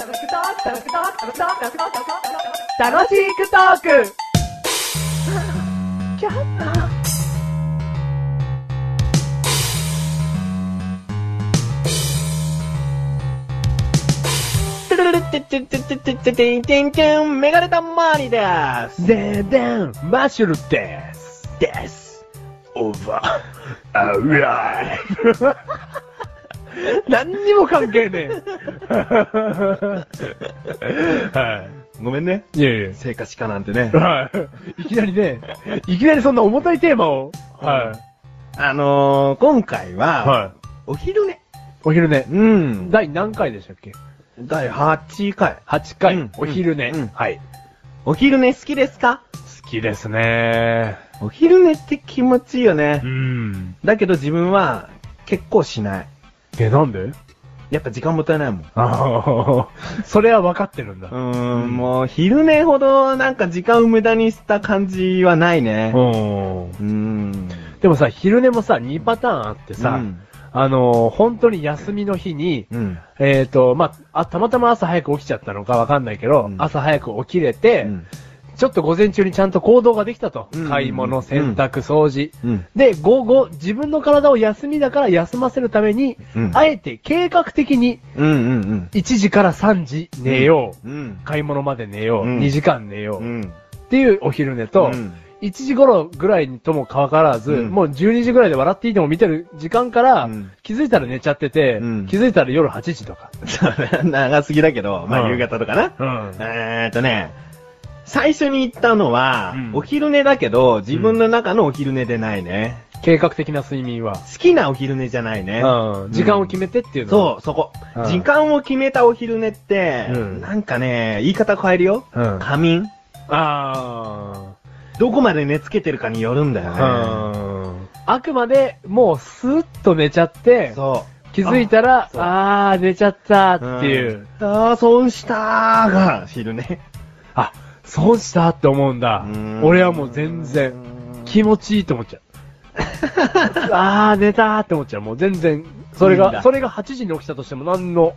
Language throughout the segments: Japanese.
楽しくトークメガネたまーにでーす。 ででん、マッシュルです。オーバー、アライブ。何にも関係ねえ。はい。 ごめんね。 いやいや。 生活科なんてね。 はい。いきなりね、いきなりそんな重たいテーマを。はい。 今回は、 はい。 お昼寝。 お昼寝。 うん。 第何回でしたっけ？ 第8回。 8回。 うん、 お昼寝。はい。 お昼寝好きですか？ 好きですね。 お昼寝って気持ちいいよね。だけど自分は結構しない。 なんで？ やっぱ時間もったいないもん。 ああ、それは分かってるんだ。 もう昼寝ほどなんか時間を無駄にした感じはないね。 でもさ、昼寝もさ、2パターンあってさ、本当に休みの日に、たまたま朝早く起きちゃったのかわかんないけど、朝早く起きれて、ちょっと午前中にちゃんと行動ができたと。買い物、洗濯、掃除。で、午後、自分の体を休みだから休ませるために、あえて計画的に、1時から3時寝よう。買い物まで寝よう。2時間寝よう。っていうお昼寝と、1時頃ぐらいともかかわらず、もう12時ぐらいで笑っていいとも見てる時間から、気づいたら寝ちゃってて、気づいたら夜8時とか。 長すぎだけど、まあ夕方とかな。最初に言ったのは、お昼寝だけど、自分の中のお昼寝でないね。 計画的な睡眠は。 好きなお昼寝じゃないね。 時間を決めてっていうの。 そう、そこ。時間を決めたお昼寝って、なんかね、言い方変えるよ。仮眠。どこまで寝つけてるかによるんだよね。 あくまで、もうスーッと寝ちゃって、気づいたら、寝ちゃったっていう。 損したーが昼寝。 損したって思うんだ。俺はもう全然、気持ちいいと思っちゃう。寝たーって思っちゃう。もう全然、それが8時に起きたとしても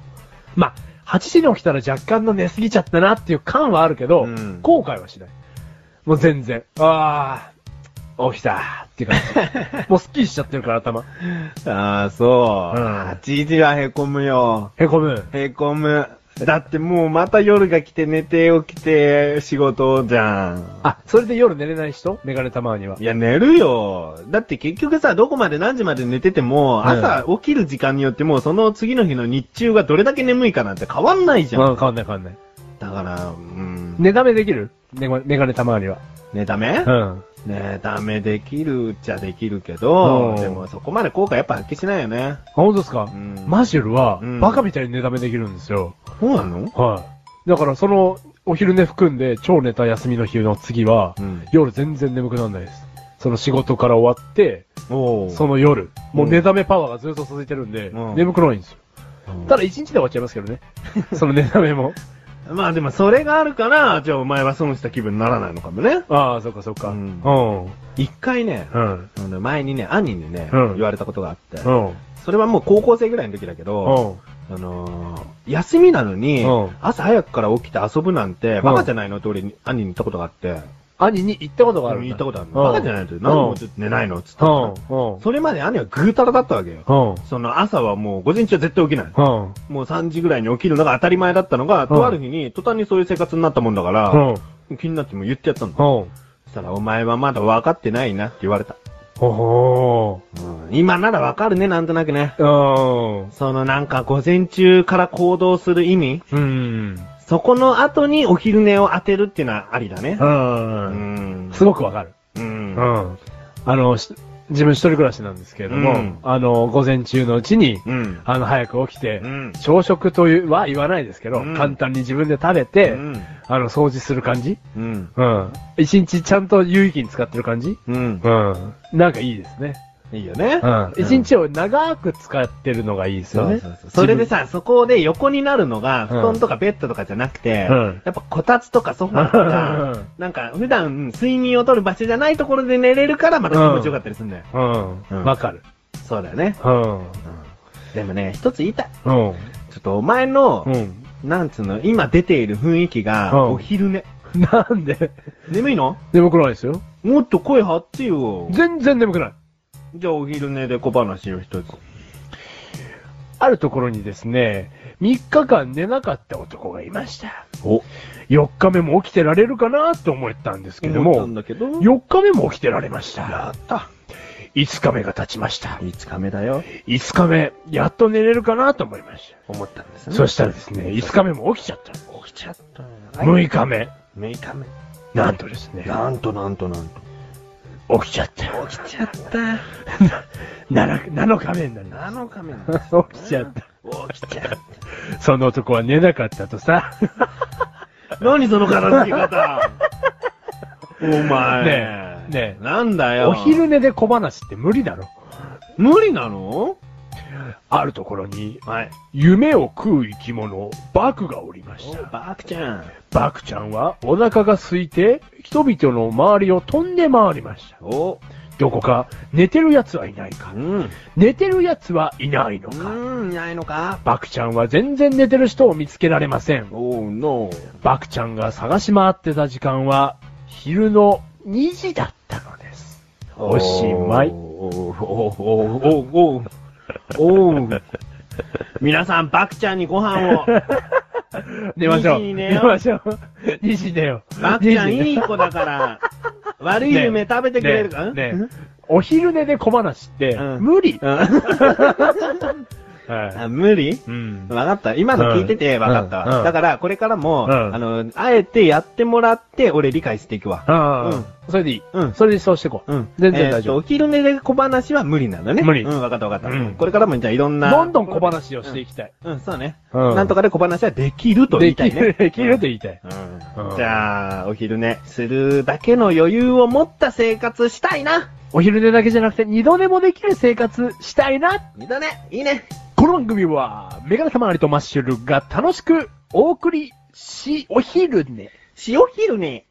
8時に起きたら若干の寝すぎちゃったなっていう感はあるけど、後悔はしない。もう全然、起きたーっていう感じ。もうスッキリしちゃってるから頭。 そう。8時はへこむよ。 へこむ。 だってもうまた夜が来て寝て起きて仕事じゃん。 それで夜寝れない人？メガネたまには。 いや、寝るよ。だって結局さ、どこまで何時まで寝てても、朝起きる時間によっても、その次の日の日中がどれだけ眠いかなんて変わんないじゃん。 変わんない。 だから、 寝だめできる？メガネたまには。 寝だめ？寝だめできるっちゃできるけど、でもそこまで効果やっぱ発揮しないよね。 本当ですか？マシュルは、バカみたいに寝だめできるんですよ。 そうなの？ はい。だからその、お昼寝含んで超寝た休みの日の次は、夜全然眠くならないです。その仕事から終わって、その夜、もう寝だめパワーがずっと続いてるんで、眠くないんですよ。ただ1日で終わっちゃいますけどね。その寝だめも。 まあでもそれがあるから、じゃあお前は損した気分にならないのかもね。 そっか。 一回ね、前にね、兄にね、言われたことがあって、それはもう高校生ぐらいの時だけど、休みなのに、朝早くから起きて遊ぶなんて、バカじゃないのって俺、兄に言ったことがあって。 兄に言ったことがあるんだ。 言ったことある。バカじゃないのって、何も寝ないのつったら。それまで兄はぐうたらだったわけよ。その朝はもう午前中は絶対起きない。もう3時ぐらいに起きるのが当たり前だったのが、とある日に途端にそういう生活になったもんだから、気になっても言ってやったんだ。そしたら、お前はまだ分かってないなって言われた。今ならわかるね、なんとなくね。そのなんか午前中から行動する意味、そこの後にお昼寝を当てるっていうのはありだね。 すごくわかる。自分一人暮らしなんですけれども、午前中のうちに、早く起きて、朝食というは言わないですけど、簡単に自分で食べて、掃除する感じ、一日ちゃんと有意義に使ってる感じ、なんかいいですね。 いいよね。 一日を長く使ってるのがいいですよね。 それでさ、そこで横になるのが、布団とかベッドとかじゃなくて、やっぱこたつとかソファーとか、なんか普段睡眠をとる場所じゃないところで寝れるからまた気持ちよかったりするんだよ。 わかる。 そうだよね。でもね、一つ言いたい。ちょっとお前の、 なんつうの、今出ている雰囲気が、お昼寝。 なんで？ 眠いの？ 眠くないですよ。 もっと声張ってよ。 全然眠くない。 じゃあお昼寝で小話を一つ。 あるところにですね、3日間寝なかった男がいました。 お。 4日目も起きてられるかなと思ったんですけども、4日目も起きてられました。 やった。 5日目が経ちました。 5日目だよ。 5日目、やっと寝れるかなと思いました。 思ったんですね。 そしたらですね、5日目も起きちゃった。 起きちゃった。 6日目。 6日目。 なんとですね。 なんと。 起きちゃった。 起きちゃった。 7日目になります。 7日目に起きちゃった。 起きちゃった。 その男は寝なかったとさ。 何その片付け方。お前。 ねえ。 なんだよ。 お昼寝で小話って無理だろ。 無理なの？ あるところに、夢を食う生き物、バクがおりました。 バクちゃん。 バクちゃんはお腹が空いて、人々の周りを飛んで回りました。どこか寝てる奴はいないか。寝てる奴はいないのか。 いないのか。 バクちゃんは全然寝てる人を見つけられません。バクちゃんが探し回ってた時間は、昼の2時だったのです。おしまい。 皆さん、バクちゃんにご飯を。 寝ましょう。 寝ましょう。 2時寝よう。バクちゃんいい子だから、悪い夢食べてくれるか？ ね。お昼寝で小話って、無理。 無理？わかった。今の聞いててわかったわ。だから、これからも、あえてやってもらって、俺理解していくわ。 それでいい。それでそうしてこう。全然大丈夫。 お昼寝で小話は無理なんだね。 無理。 わかったわかった。これからもじゃあいろんな。 どんどん小話をしていきたい。 そうね。なんとかで小話はできると言いたいね。 できると言いたい。 じゃあ、お昼寝するだけの余裕を持った生活したいな。 お昼寝だけじゃなくて二度寝もできる生活したいな。 二度寝、いいね。 この番組は、メガネたまわりとマッシュルが楽しくお送りし、お昼寝。 しお昼寝。